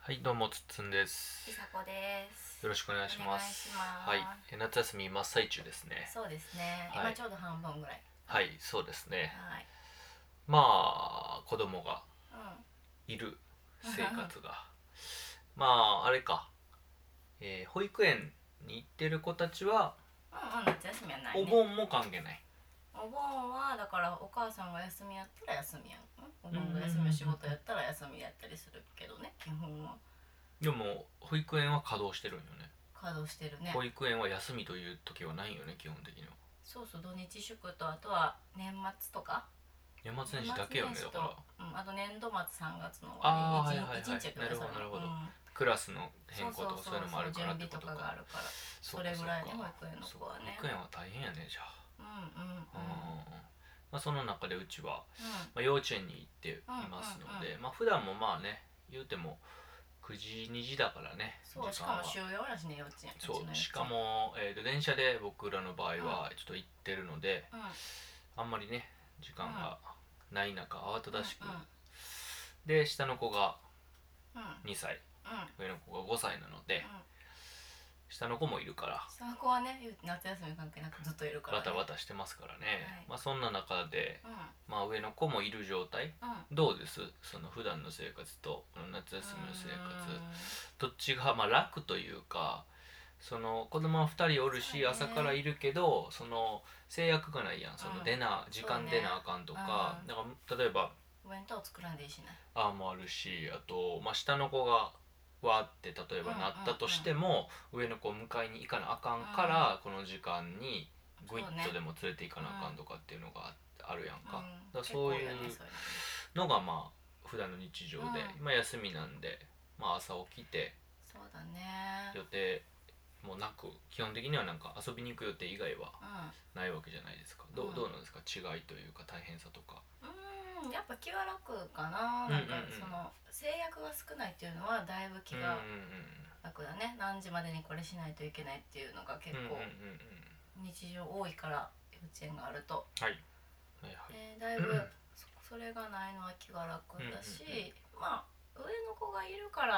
はい、どうもつっつんです。 ひさこです。 よろしくお願いします。 お願いします。 はい、夏休み真っ最中ですね。 そうですね。 はい、 今ちょうど半分ぐらい。 はい、そうですね。 はい。 まあ子供がいるうん。 生活が、まああれか、保育園に行ってる子たちはうんうん、夏休みはないね。 お盆も関係ない。 お盆はだからお母さんが休みやったら休みやん。おうんうんうんうん。 盆が休みの仕事やったら休みやったりするけどね、基本はでも保育園は稼働してるんよね。 稼働してるね。 保育園は休みという時はないよね、基本的には。 そうそう、土日祝とあとは年末とか。 年末年始だけよね、だから。 あと年度末3月の終ああ、 わりはいはいはい、 1日やけどね、 なるほどそれも。 なるほど。クラスの変更とかそういうのもあるからって準備ことか。 とかがあるから。 そうかそれぐらいね、 そうか。 保育園の子はね。 保育園は大変やね、じゃあ。 うんうんうん。 まあ、その中でうちは、 うんまあ、幼稚園に行っていますので、まあ普段もまあね言うても9時2時だからね。 そう、しかも週4やしね、幼稚園。 そうしかも、電車で僕らの場合はちょっと行ってるので、 うんあんまりね時間がない中慌ただしく、 うんで下の子がうん 2歳、 うん上の子が5歳なので、下の子もいるから下の子はね、夏休み関係なくずっといるからね。 バタバタしてますからね、 はいまあそんな中で、 うんまあ上の子もいる状態、 うんどうです、その普段の生活とこの夏休みの生活、どっちがまあ楽というか、その子供は2人おるし、朝からいるけどその制約がないやん、その時間出なあかんとか、だから例えばお弁当作らんでいいしね。 もあるし、あと、まあ、下の子がわーって例えばなったとしても、上の子を迎えに行かなあかんから、この時間にグイッとでも連れて行かなあかんとかっていうのがあるやんか、だからそういうのがまあ普段の日常で、今休みなんで、まあ、朝起きてそうだね、 予定もなく基本的にはなんか遊びに行く予定以外はないわけじゃないですか、どうなんですか、違いというか大変さとか。 やっぱ気が楽かな、なんかその制約が少ないっていうのはだいぶ気が楽だね。何時までにこれしないといけないっていうのが結構日常多いから、幼稚園があると、 はいはいはい、 だいぶそれがないのは気が楽だし、まあ上の子がいるから、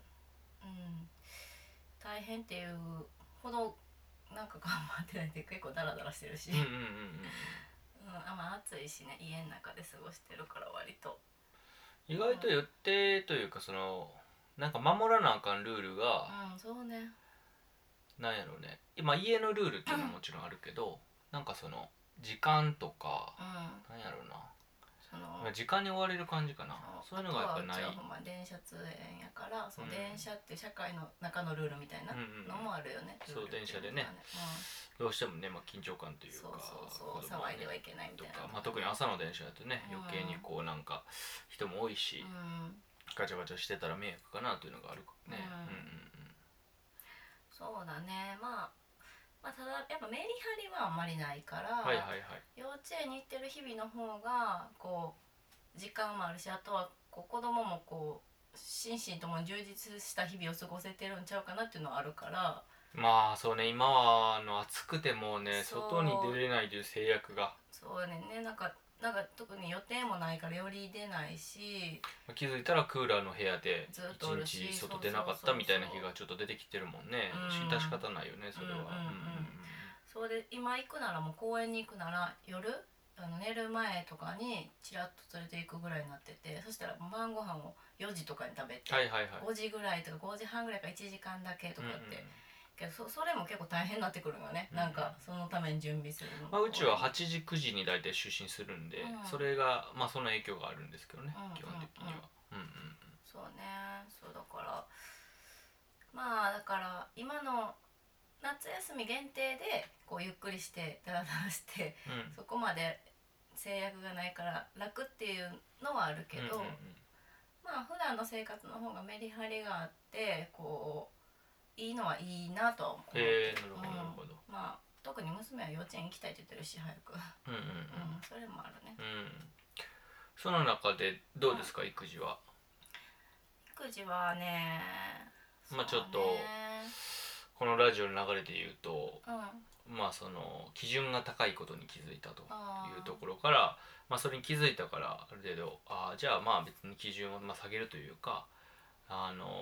大変っていうほどなんか頑張ってないって、結構ダラダラしてるし、まあ暑いしね、家の中で過ごしてるから割と意外と予定というか、そのなんか守らなあかんルールが、 そうね、 なんやろうね、今家のルールっていうのはもちろんあるけど、なんかその時間とか、なんやろうな、その時間に追われる感じかな、そういうのがやっぱない。 あとはうちはほんま電車通園やから、その電車っていう社会の中のルールみたいなのもあるよね。 そう、電車でね、どうしてもね、まあ、緊張感というか、 そう騒いではいけないみたいな、 まあ、特に朝の電車だとね、余計にこうなんか人も多いし、ガチャガチャしてたら迷惑かなというのがあるからね。 そうだね、まあただやっぱメリハリはあんまりないから、幼稚園に行ってる日々の方がこう時間もあるし、あとはこう子供もこう心身ともに充実した日々を過ごせてるんちゃうかなっていうのはあるから。 まあそうね、今は暑くてもね、外に出れないという制約が。 そうね、なんか特に予定もないからより出ないし、 気づいたらクーラーの部屋でずっと一日外出なかったみたいな日がちょっと出てきてるもんね。致し方ないよね、それは。 そうで、今行くならもう公園に行くなら夜寝る前とかにちらっと連れて行くぐらいになってて、そしたら晩ご飯を4時とかに食べて、5時ぐらいとか5時半ぐらいから1時間だけとかって、けどそれも結構大変になってくるよね、なんかそのために準備するの。 まあ、うちは8時9時に大体就寝するんで、それがまあその影響があるんですけどね、基本的には。 そうね、そうだからまあだから今の夏休み限定でこうゆっくりしてダラダラして、そこまで制約がないから楽っていうのはあるけど、まあ普段の生活の方がメリハリがあってこういいのはいいなとは思う。 なるほど。 まあ特に娘は幼稚園行きたいって言ってるし、早く。それもあるね。 その中でどうですか、育児は。 育児はね、 まあちょっとこのラジオの流れで言うと、まあその基準が高いことに気づいたというところから、まあそれに気づいたからある程度、じゃあまあ別に基準を下げるというか、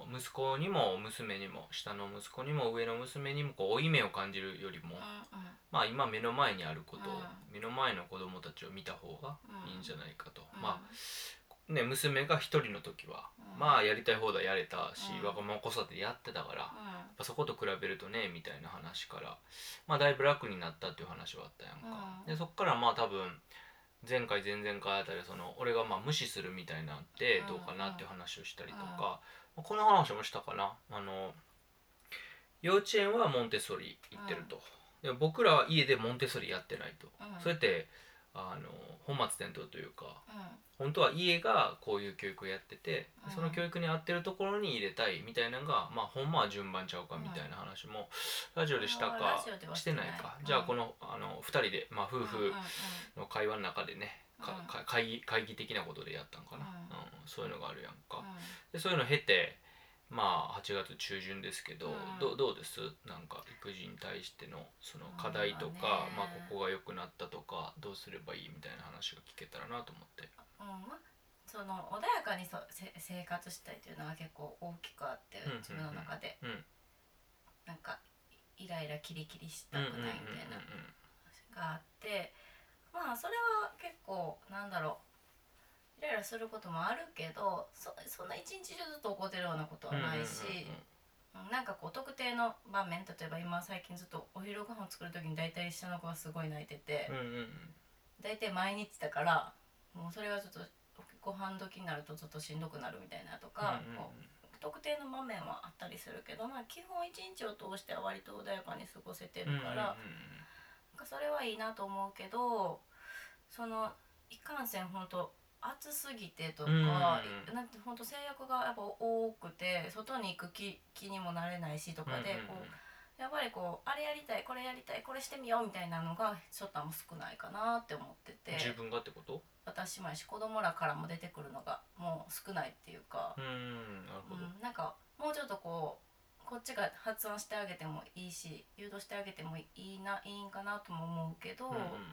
息子にも娘にも下の息子にも上の娘にもこう負い目を感じるよりも、まあ今目の前にあることを、目の前の子供たちを見た方がいいんじゃないかと、まあね、娘が一人の時は、まあやりたい放題やれたし、わがまま子育てやってたから、やっぱそこと比べるとねみたいな話から、まあだいぶ楽になったっていう話はあったやんか、でそっからまあ多分前回前々回あたりその俺がまあ無視するみたいなんてどうかなっていう話をしたりとか、この話もしたかな。幼稚園はモンテッソーリ行ってると、で僕らは家でモンテッソーリやってないと、そうやって本末転倒というか、本当は家がこういう教育をやってて、その教育に合ってるところに入れたいみたいなのが、まあほんまは順番ちゃうかみたいな話もラジオでしたかしてないか、じゃあこの2人で、まあ、夫婦の会話の中でね、会議的なことでやったんかな、そういうのがあるやんか、でそういうのを経てまあ8月中旬ですけど、どうですなんか育児に対してのその課題とか、まあここが良くなったとかどうすればいいみたいな話が聞けたらなと思って。 その穏やかに生活したいというのは結構大きくあって、自分の中で、なんかイライラキリキリしたくないみたいな話があって、まあそれは結構なんだろう、イライラすることもあるけど、そんな一日中ずっと怒ってるようなことはないし、なんかこう特定の場面、例えば今最近ずっとお昼ご飯を作る時に大体下の子がすごい泣いてて、大体毎日だからもうそれがちょっとご飯時になるとちょっとしんどくなるみたいなとか、特定の場面はあったりするけど、まあ基本一日を通しては割と穏やかに過ごせてるから、なんかそれはいいなと思うけど、そのいかんせん本当暑すぎてとか、なんて本当制約がやっぱ多くて外に行く気にもなれないしとかで、こうやっぱりこうあれやりたいこれやりたいこれしてみようみたいなのがちょっと少ないかなって思ってて。 自分がってこと？ 私もやし子供らからも出てくるのがもう少ないっていうか、 なるほど、 なんかもうちょっとこっちが発案してあげてもいいし誘導してあげてもいいんかなとも思うけど、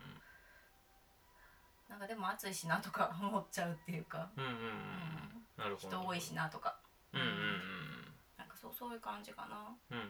なんかでも暑いしなとか思っちゃうっていうか、人多いしなとか、なんかそういう感じかな。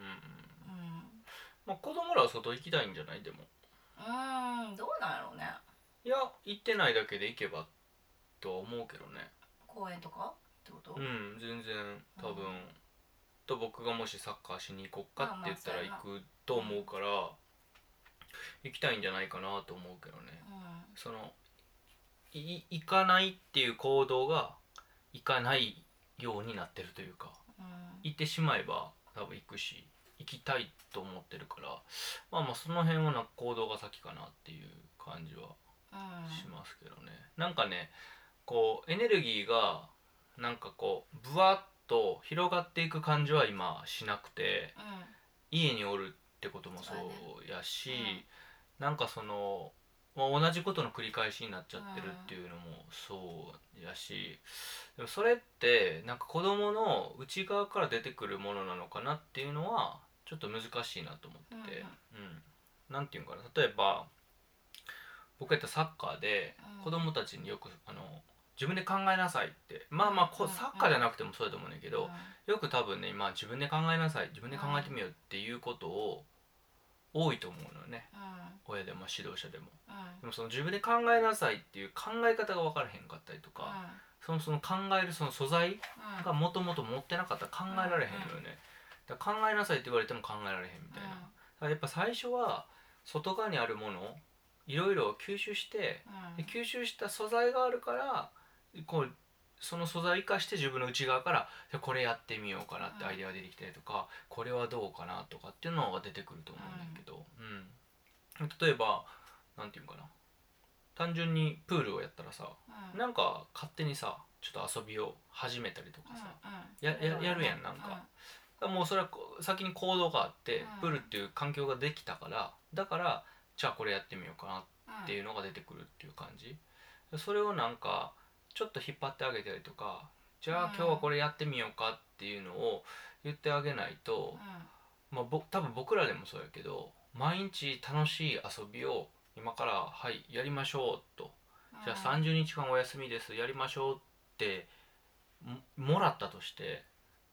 まあ子供らは外行きたいんじゃない？でもどうなんやろうね。 いや行ってないだけで行けばとは思うけどね。 公園とかってこと？ 全然多分、と僕がもしサッカーしに行こっかって言ったら行くと思うから、行きたいんじゃないかなと思うけどね。その行かないっていう行動が行かないようになってるというか、行ってしまえば多分行くし行きたいと思ってるから、まあその辺はな行動が先かなっていう感じはしますけどね。なんかねこうエネルギーがなんかこうブワッと広がっていく感じは今しなくて、家におるってこともそうやし、なんかその同じことの繰り返しになっちゃってるっていうのもそうやし、でもそれってなんか子供の内側から出てくるものなのかなっていうのはちょっと難しいなと思ってて、なんていうかな、例えば僕やったらサッカーで子供たちによく自分で考えなさいって、サッカーじゃなくてもそうだと思うんだけど、よく多分ね今自分で考えなさい自分で考えてみようっていうことを多いと思うのよね、親でも指導者でも、でもその自分で考えなさいっていう考え方が分からへんかったりとか、その考えるその素材がもともと持ってなかったら考えられへんのよね。だから考えなさいって言われても考えられへんみたいな、だからやっぱ最初は外側にあるものいろいろ吸収して、で吸収した素材があるからこうその素材を生かして自分の内側からこれやってみようかなってアイデアが出てきたりとか、これはどうかなとかっていうのが出てくると思うんだけど、例えばなんていうかな、単純にプールをやったらさ、なんか勝手にさちょっと遊びを始めたりとかさ、やるやん。なんか、もうそれは先に行動があって、プールっていう環境ができたから、だからじゃあこれやってみようかなっていうのが出てくるっていう感じ。それをなんかちょっと引っ張ってあげたりとか、じゃあ今日はこれやってみようかっていうのを言ってあげないと、多分僕らでもそうやけど、毎日楽しい遊びを今からやりましょうと、じゃあ30日間お休みですやりましょうってもらったとして、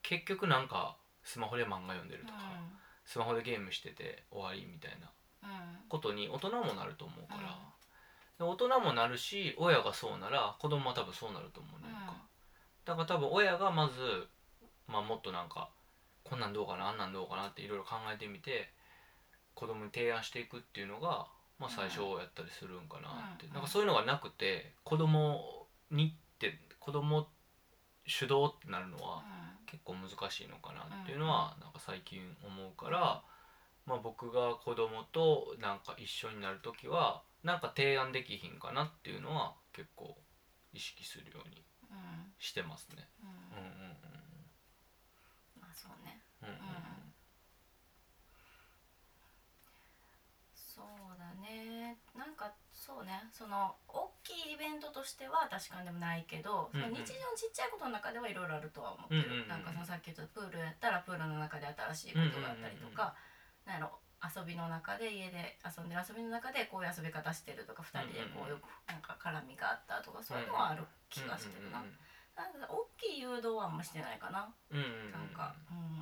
結局なんかスマホで漫画読んでるとか、スマホでゲームしてて終わりみたいなことに大人もなると思うから、で大人もなるし親がそうなら子供は多分そうなると思うねんか、だから多分親がまず、もっとなんかこんなんどうかなあんなんどうかなっていろいろ考えてみて子供に提案していくっていうのが、最初やったりするんかなって、なんかそういうのがなくて子供主導ってなるのは結構難しいのかなっていうのはなんか最近思うから、僕が子供となんか一緒になる時はなんか提案できひんかなっていうのは結構意識するようにしてますね。 そうね。そうだね。なんかそうね、その大きいイベントとしては確かにでもないけど、その日常のちっちゃいことの中ではいろいろあるとは思ってる。なんかそのさっき言ったプールやったらプールの中で新しいことがあったりとか、なんやろ、遊びの中で家で遊んでる遊びの中でこういう遊び方してるとか、2人でこうよくなんか絡みがあったとか、そういうのはある気がしてるな。なんか大きい誘導はあんましてないかな。なんか、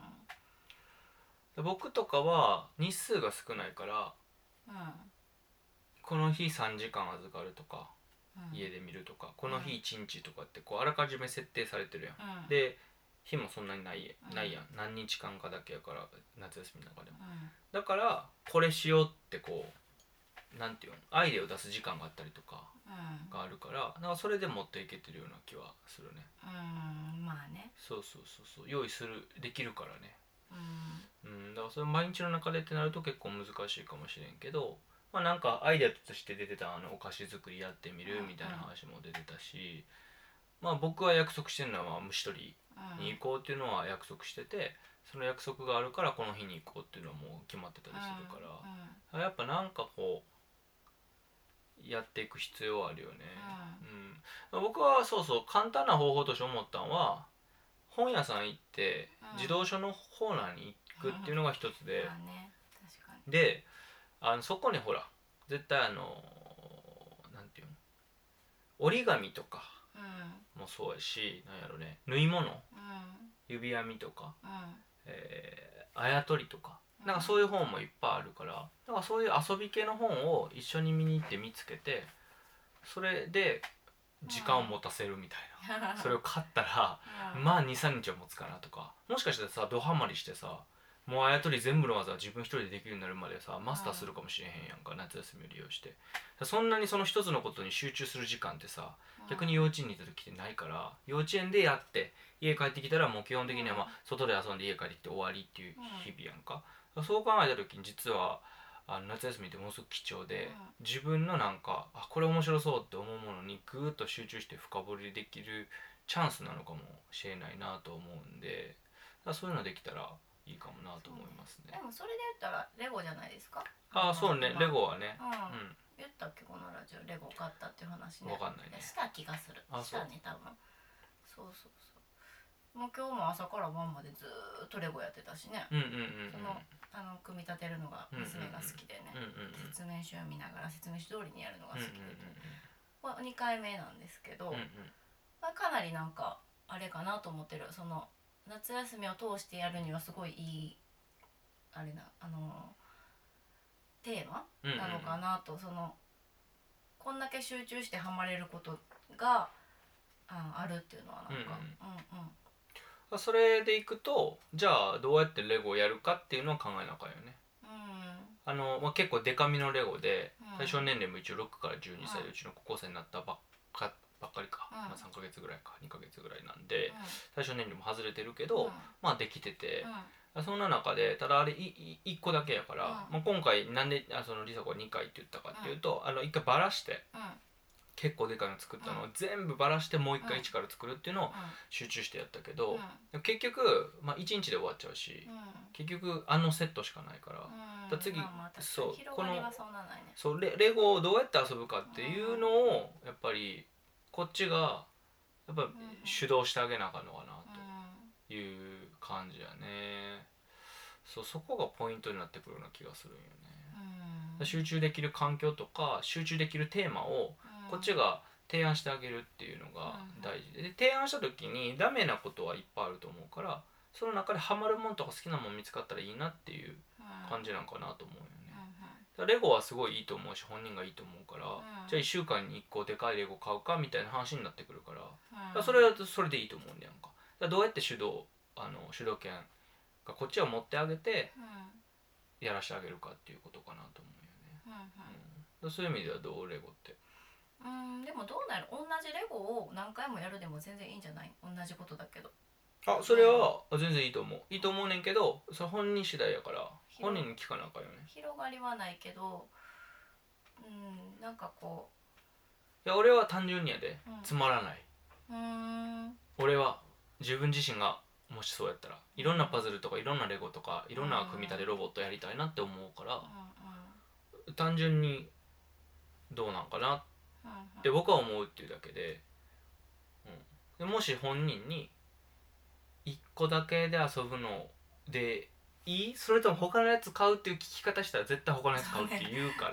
僕とかは日数が少ないから、この日3時間預かるとか、家で見るとか、この日1日とかってこうあらかじめ設定されてるやん。で日もそんなにないやん、何日間かだけやから、夏休みの中でも、だからこれしようってこうなんていうの、アイデアを出す時間があったりとかがあるから、なんかそれで持っていけてるような気はするね。そう用意できるからね。だからそれ毎日の中でってなると結構難しいかもしれんけど、なんかアイデアとして出てたお菓子作りやってみるみたいな話も出てたし、僕は約束してるのは虫取りに行こうっていうのは約束してて、その約束があるからこの日に行こうっていうのはもう決まってたりするから、やっぱなんかこうやっていく必要はあるよね。僕は簡単な方法として思ったのは、本屋さん行って児童書のコーナーに行くっていうのが一つで、でそこにほら絶対なんていうの、折り紙とかもそうやし、なんやろね、縫い物、指編みとか、あやとりとか、なんかそういう本もいっぱいあるから、だからそういう遊び系の本を一緒に見に行って見つけて、それで時間を持たせるみたいな、それを買ったら2,3日は持つかなとか、もしかしたらさドハマりしてさ、もうあやとり全部の技を自分一人でできるようになるまでさマスターするかもしれへんやんか、夏休みを利用して。そんなにその一つのことに集中する時間ってさ、逆に幼稚園にいた時ってないから、幼稚園でやって家帰ってきたらもう基本的には外で遊んで家帰ってきて終わりっていう日々やんか。そう考えた時に実は夏休みってものすごく貴重で、自分のなんかこれ面白そうって思うものにぐーっと集中して深掘りできるチャンスなのかもしれないなと思うんで、そういうのできたらいいかもなと思いますね。 でもそれで言ったらレゴじゃないですか。 そうね、レゴはね。 言ったっけこのラジオ、レゴ買ったっていう話ね。 わかんないね。 した気がする。したね多分。もう今日も朝から晩までずっとレゴやってたしね。組み立てるのが娘が好きでね、説明書を見ながら説明書通りにやるのが好きで、2回目なんですけど、かなりなんかあれかなと思ってる。その夏休みを通してやるにはすごいいいテーマなのかなと、そのこんだけ集中してハマれることがあるっていうのはなんか、 それでいくと、じゃあどうやってレゴをやるかっていうのを考えなあかんよね。結構デカめのレゴで、対象年齢も一応6から12歳でうちの高校生になったばっかりか、3ヶ月ぐらいか2ヶ月ぐらいなんで、対象年齢も外れてるけど、できてて、そんな中でただあれ1個だけやから、今回なんでその梨紗子が2回って言ったかっていうと、1回バラして、結構でかいの作ったのを全部バラしてもう一回一から作るっていうのを集中してやったけど、結局、1日で終わっちゃうし、結局セットしかないから、次このレゴをどうやって遊ぶかっていうのをやっぱりこっちがやっぱ主導してあげなあかんのかなという感じやね。そこがポイントになってくるような気がするんよね。集中できる環境とか集中できるテーマをこっちが提案してあげるっていうのが大事で、提案した時にダメなことはいっぱいあると思うから、 その中でハマるもんとか好きなもん見つかったらいいなっていう感じなんかなと思うよね。だからレゴはすごいいいと思うし本人がいいと思うから、じゃあ1週間に1個でかいレゴ買うかみたいな話になってくるから、だからそれはそれでいいと思うんだやんか。だからどうやって主導権がこっちを持ってあげてやらしてあげるかっていうことかなと思うよね。そういう意味ではどうレゴって。 でもどうなる、同じレゴを何回もやるでも全然いいんじゃない、同じことだけど。 それは全然いいと思うねんけど、それ本人次第やから本人に聞かなあかんよね。 広がりはないけど、なんかこう、いや俺は単純にやで、つまらない。俺は自分自身がもしそうやったらいろんなパズルとかいろんなレゴとかいろんな組み立てロボットやりたいなって思うから、単純にどうなんかなって僕は思うっていうだけで、でもし本人に1個だけで遊ぶのでいい？それとも他のやつ買うっていう聞き方したら絶対他のやつ買うって言うから、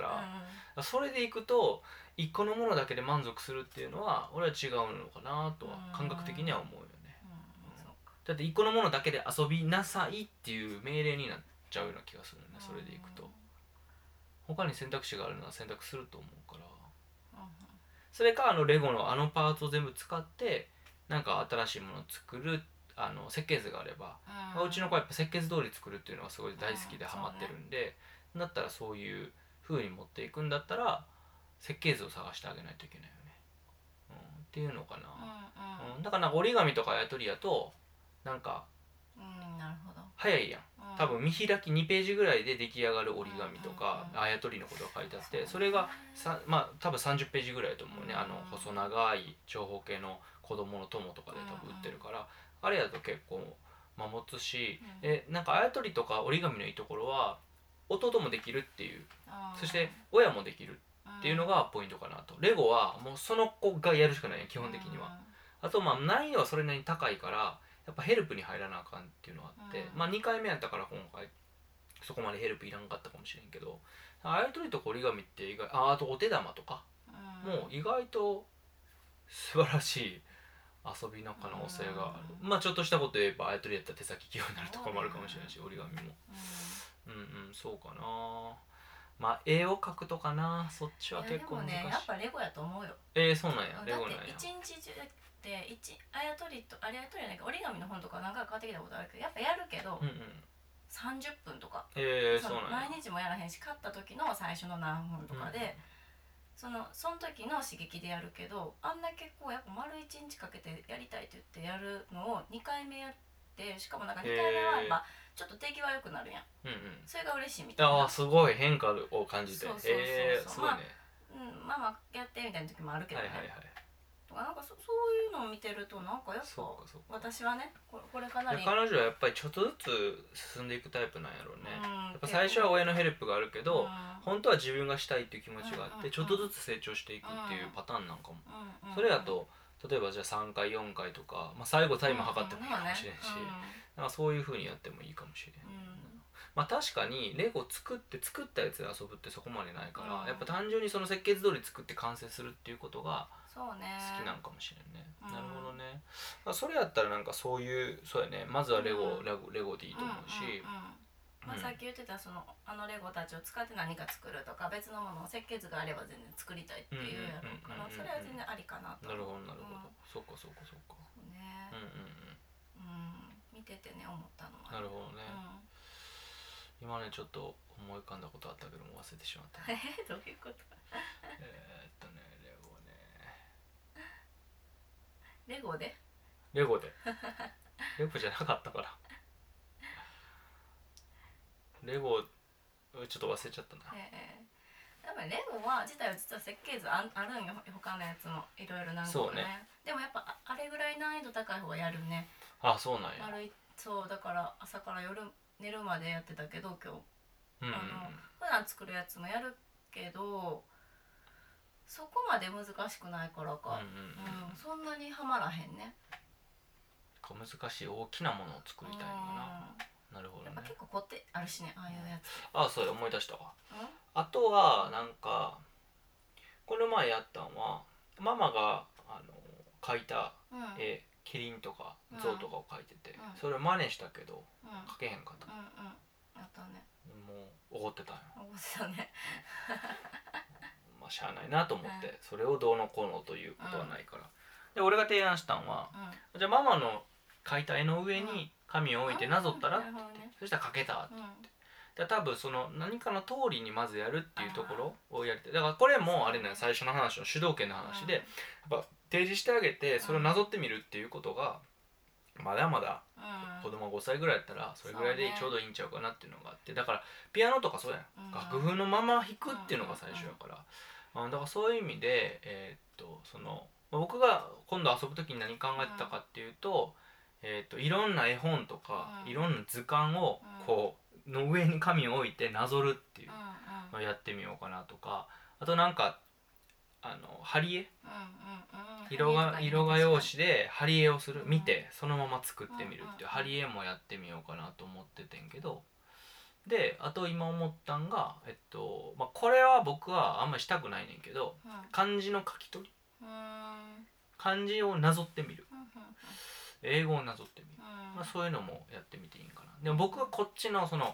それでいくと1個のものだけで満足するっていうのは俺は違うのかなとは感覚的には思うよね。だって1個のものだけで遊びなさいっていう命令になっちゃうような気がするね。それでいくと他に選択肢があるのは選択すると思うから、それかレゴのパーツを全部使ってなんか新しいものを作る設計図があれば、うちの子はやっぱ設計図通り作るっていうのがすごい大好きでハマってるんで、だったらそういう風に持っていくんだったら設計図を探してあげないといけないよね、っていうのかな。だからなんか折り紙とかあやとりやとなんか早いやん。多分見開き2ページぐらいで出来上がる折り紙とかあやとりのことが書いてあって、それが多分30ページぐらいだと思うね。細長い長方形の子供の友とかで多分売ってるから、あれやと結構持つし、なんかあやとりとか折り紙のいいところは弟もできるっていう、そして親もできるっていうのがポイントかなと。レゴはもうその子がやるしかない基本的には。あと難易度はそれなりに高いからやっぱヘルプに入らなあかんっていうのがあって、2回目やったから今回そこまでヘルプいらんかったかもしれんけど、あやとりとか折り紙って意外、あとお手玉とかもう意外と素晴らしい遊びの可能性がある。ちょっとしたこと言えばあやとりやったら手先器用になるとかもあるかもしれないし、折り紙もそうかな。絵を描くとかな、そっちは結構難しい。 でもねやっぱレゴやと思うよ。 そうなんや。レゴなんや。 だって一日中であやとりやないか折り紙の本とか何回か買ってきたことあるけど、やっぱやるけど、30分とか、 そうなんや。 毎日もやらへんし、買った時の最初の何分とかで、その時の刺激でやるけど、あんだけこうやっぱ丸1日かけてやりたいって言ってやるのを2回目やって、しかもなんか2回目はやっぱちょっと手際良くなるやん、それが嬉しいみたいな。 すごい変化を感じて。 そうすごいね。 ママやってみたいな時もあるけどね。とかなんかそういうのを見てるとなんかやっぱ私はねこれかなり彼女はやっぱりちょっとずつ進んでいくタイプなんやろうね。やっぱ最初は親のヘルプがあるけど、本当は自分がしたいっていう気持ちがあって、ちょっとずつ成長していくっていうパターンなんかも。それやと例えばじゃあ3回4回とか、最後タイム測ってもいいかもしれんし、なんかそういう風にやってもいいかもしれん。確かにレゴ作ったやつで遊ぶってそこまでないから、やっぱ単純にその設計図通り作って完成するっていうことが好きなんかもしれんね。なるほどね。それやったらなんかそうやね、まずはレゴでいいと思うし、 さっき言ってたレゴたちを使って何か作るとか別のものを設計図があれば全然作りたいっていうやろうから、それは全然ありかなと。 なるほどなるほど。そうかそうね。見ててね思ったのは。 なるほどね。今ねちょっと思い浮かんだことあったけども忘れてしまった。 どういうこと？レゴでレゴじゃなかったから。レゴちょっと忘れちゃったな。 多分レゴは自体は実は設計図あるんよ、他のやつもいろいろ何個かね。でもやっぱあれぐらい難易度高い方がやるね。 そうなんや。 そうだから朝から夜寝るまでやってたけど今日、普段作るやつもやるけどそこまで難しくないからか、そんなにはまらへんね。 難しい大きなものを作りたいのかな。なるほどね。 やっぱ結構凝ってあるしね、ああいうやつ。 そうや思い出したわ。あとはなんかこの前やったんはママが描いた絵、 キリンとかゾウとかを描いてて、 うんそれを真似したけどうん描けへんかった、 やったね。 もう怒ってたんよ。 思ってたね。 まあしゃあないなと思って、それをどうのこうのということはないから、で俺が提案したんは、じゃあママの描いた絵の上に紙を置いてなぞったらって言って、そしたら描けたって言って、で多分その何かの通りにまずやるっていうところをやりたい。だからこれもあれね、最初の話の主導権の話で、やっぱ提示してあげてそれをなぞってみるっていうことが、まだまだ子供が5歳ぐらいやったらそれぐらいでちょうどいいんちゃうかなっていうのがあって、だからピアノとかそうやん、楽譜のまま弾くっていうのが最初やから、だからそういう意味でその僕が今度遊ぶ時に何考えてたかっていうと、いろんな絵本とか、いろんな図鑑をこうの上に紙を置いてなぞるっていうのをやってみようかなとか、あとなんか貼り絵、色画用紙で貼り絵をする、見てそのまま作ってみるっていう貼り絵もやってみようかなと思っててんけど、であと今思ったんがこれは僕はあんまりしたくないねんけど、漢字の書き取り、漢字をなぞってみる、英語をなぞってみる、そういうのもやってみていいんかな。でも僕はこっちのその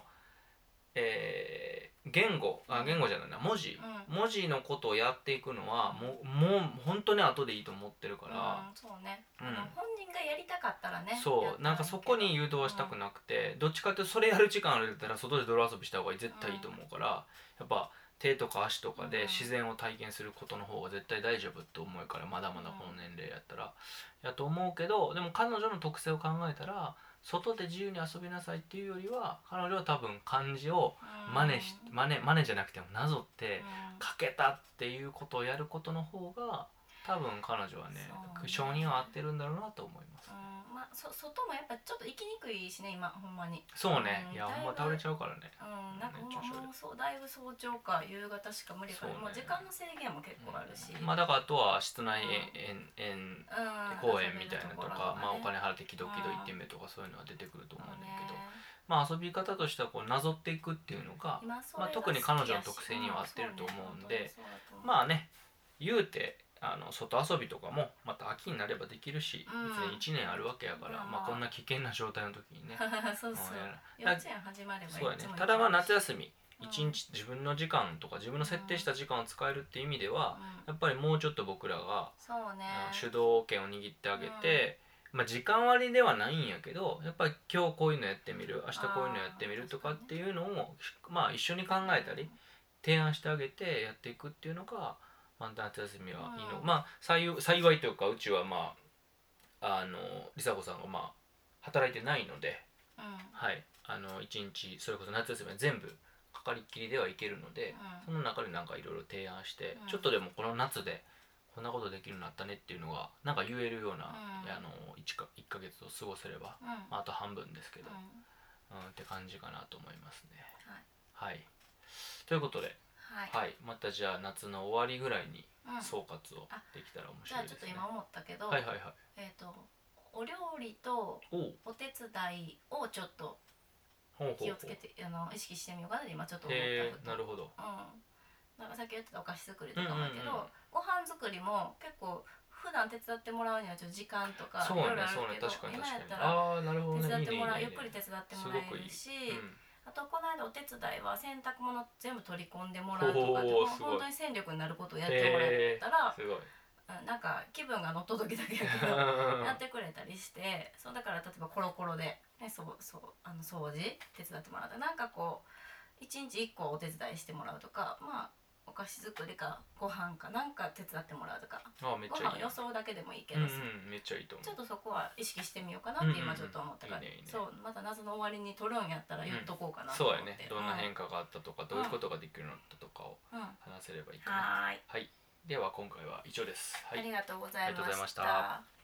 言語じゃないな、文字のことをやっていくのはもう本当に後でいいと思ってるから、 そうね、本人がやりたかったらね、 そうなんかそこに誘導はしたくなくて、どっちかっていうとそれやる時間あるんだったら外で泥遊びした方が絶対いいと思うから、やっぱ手とか足とかで自然を体験することの方が絶対大丈夫って思うから、まだまだこの年齢やったらやと思うけど、でも彼女の特性を考えたら外で自由に遊びなさいっていうよりは、彼女は多分漢字を真似じゃなくてもなぞって書けたっていうことをやることの方が多分彼女はね性には合ってるんだろうなと思います。 外もやっぱちょっと行きにくいしね今ほんまに。 そうね、いやほんま倒れちゃうからね。 なんかもうそうだいぶ早朝か夕方しか無理から、もう時間の制限も結構あるし、 だからあとは室内園公園みたいなとか、お金払ってキドキド行ってみるとか、そういうのは出てくると思うんだけど、遊び方としてはこうなぞっていくっていうのが、特に彼女の特性には合ってると思うんで、言うて外遊びとかもまた秋になればできるし、別に1年あるわけやから、こんな危険な状態の時にねそうそう幼稚園始まればいつもいい。 ただ夏休み一日自分の時間とか自分の設定した時間を使えるっていう意味では、やっぱりもうちょっと僕らが主導権を握ってあげて、時間割ではないんやけど、やっぱり今日こういうのやってみる、明日こういうのやってみるとかっていうのを一緒に考えたり提案してあげてやっていくっていうのが、夏休みはいいの、幸いというか、うちは梨紗子さんが働いてないので、一日それこそ夏休みは全部かかりっきりではいけるので、その中でなんかいろいろ提案して、ちょっとでもこの夏でこんなことできるようになったねっていうのがなんか言えるような、1ヶ月を過ごせれば、あと半分ですけど、って感じかなと思いますね。はい、ということで、またじゃあ夏の終わりぐらいに総括をできたら面白いですね。 じゃあちょっと今思ったけど、お料理とお手伝いをちょっと気をつけて意識してみようかなって今ちょっと思ったこと。 なるほど。 なんかさっき言ってたお菓子作りとかもあるけど、ご飯作りも結構普段手伝ってもらうにはちょっと時間とかいろいろあるけど、今やったら手伝ってもらう、ゆっくり手伝ってもらえるし、あとこの間お手伝いは洗濯物全部取り込んでもらうとかって本当に戦力になることをやってもらったら、なんか気分が乗った時だけやけどやってくれたりして、だから例えばコロコロで、掃除手伝ってもらったら、なんかこう1日1個お手伝いしてもらうとか、お菓子作りかご飯かなんか手伝ってもらうとか、 めっちゃいい。 ご飯予想だけでもいいけどさ、 めっちゃいいと思う。 ちょっとそこは意識してみようかなって今ちょっと思ったから、また夏の終わりに撮るんやったら言っとこうかなと思って。 そうやね、どんな変化があったとか、どういうことができるようになったとかを話せればいいかな。はい、では今回は以上です。 ありがとうございました。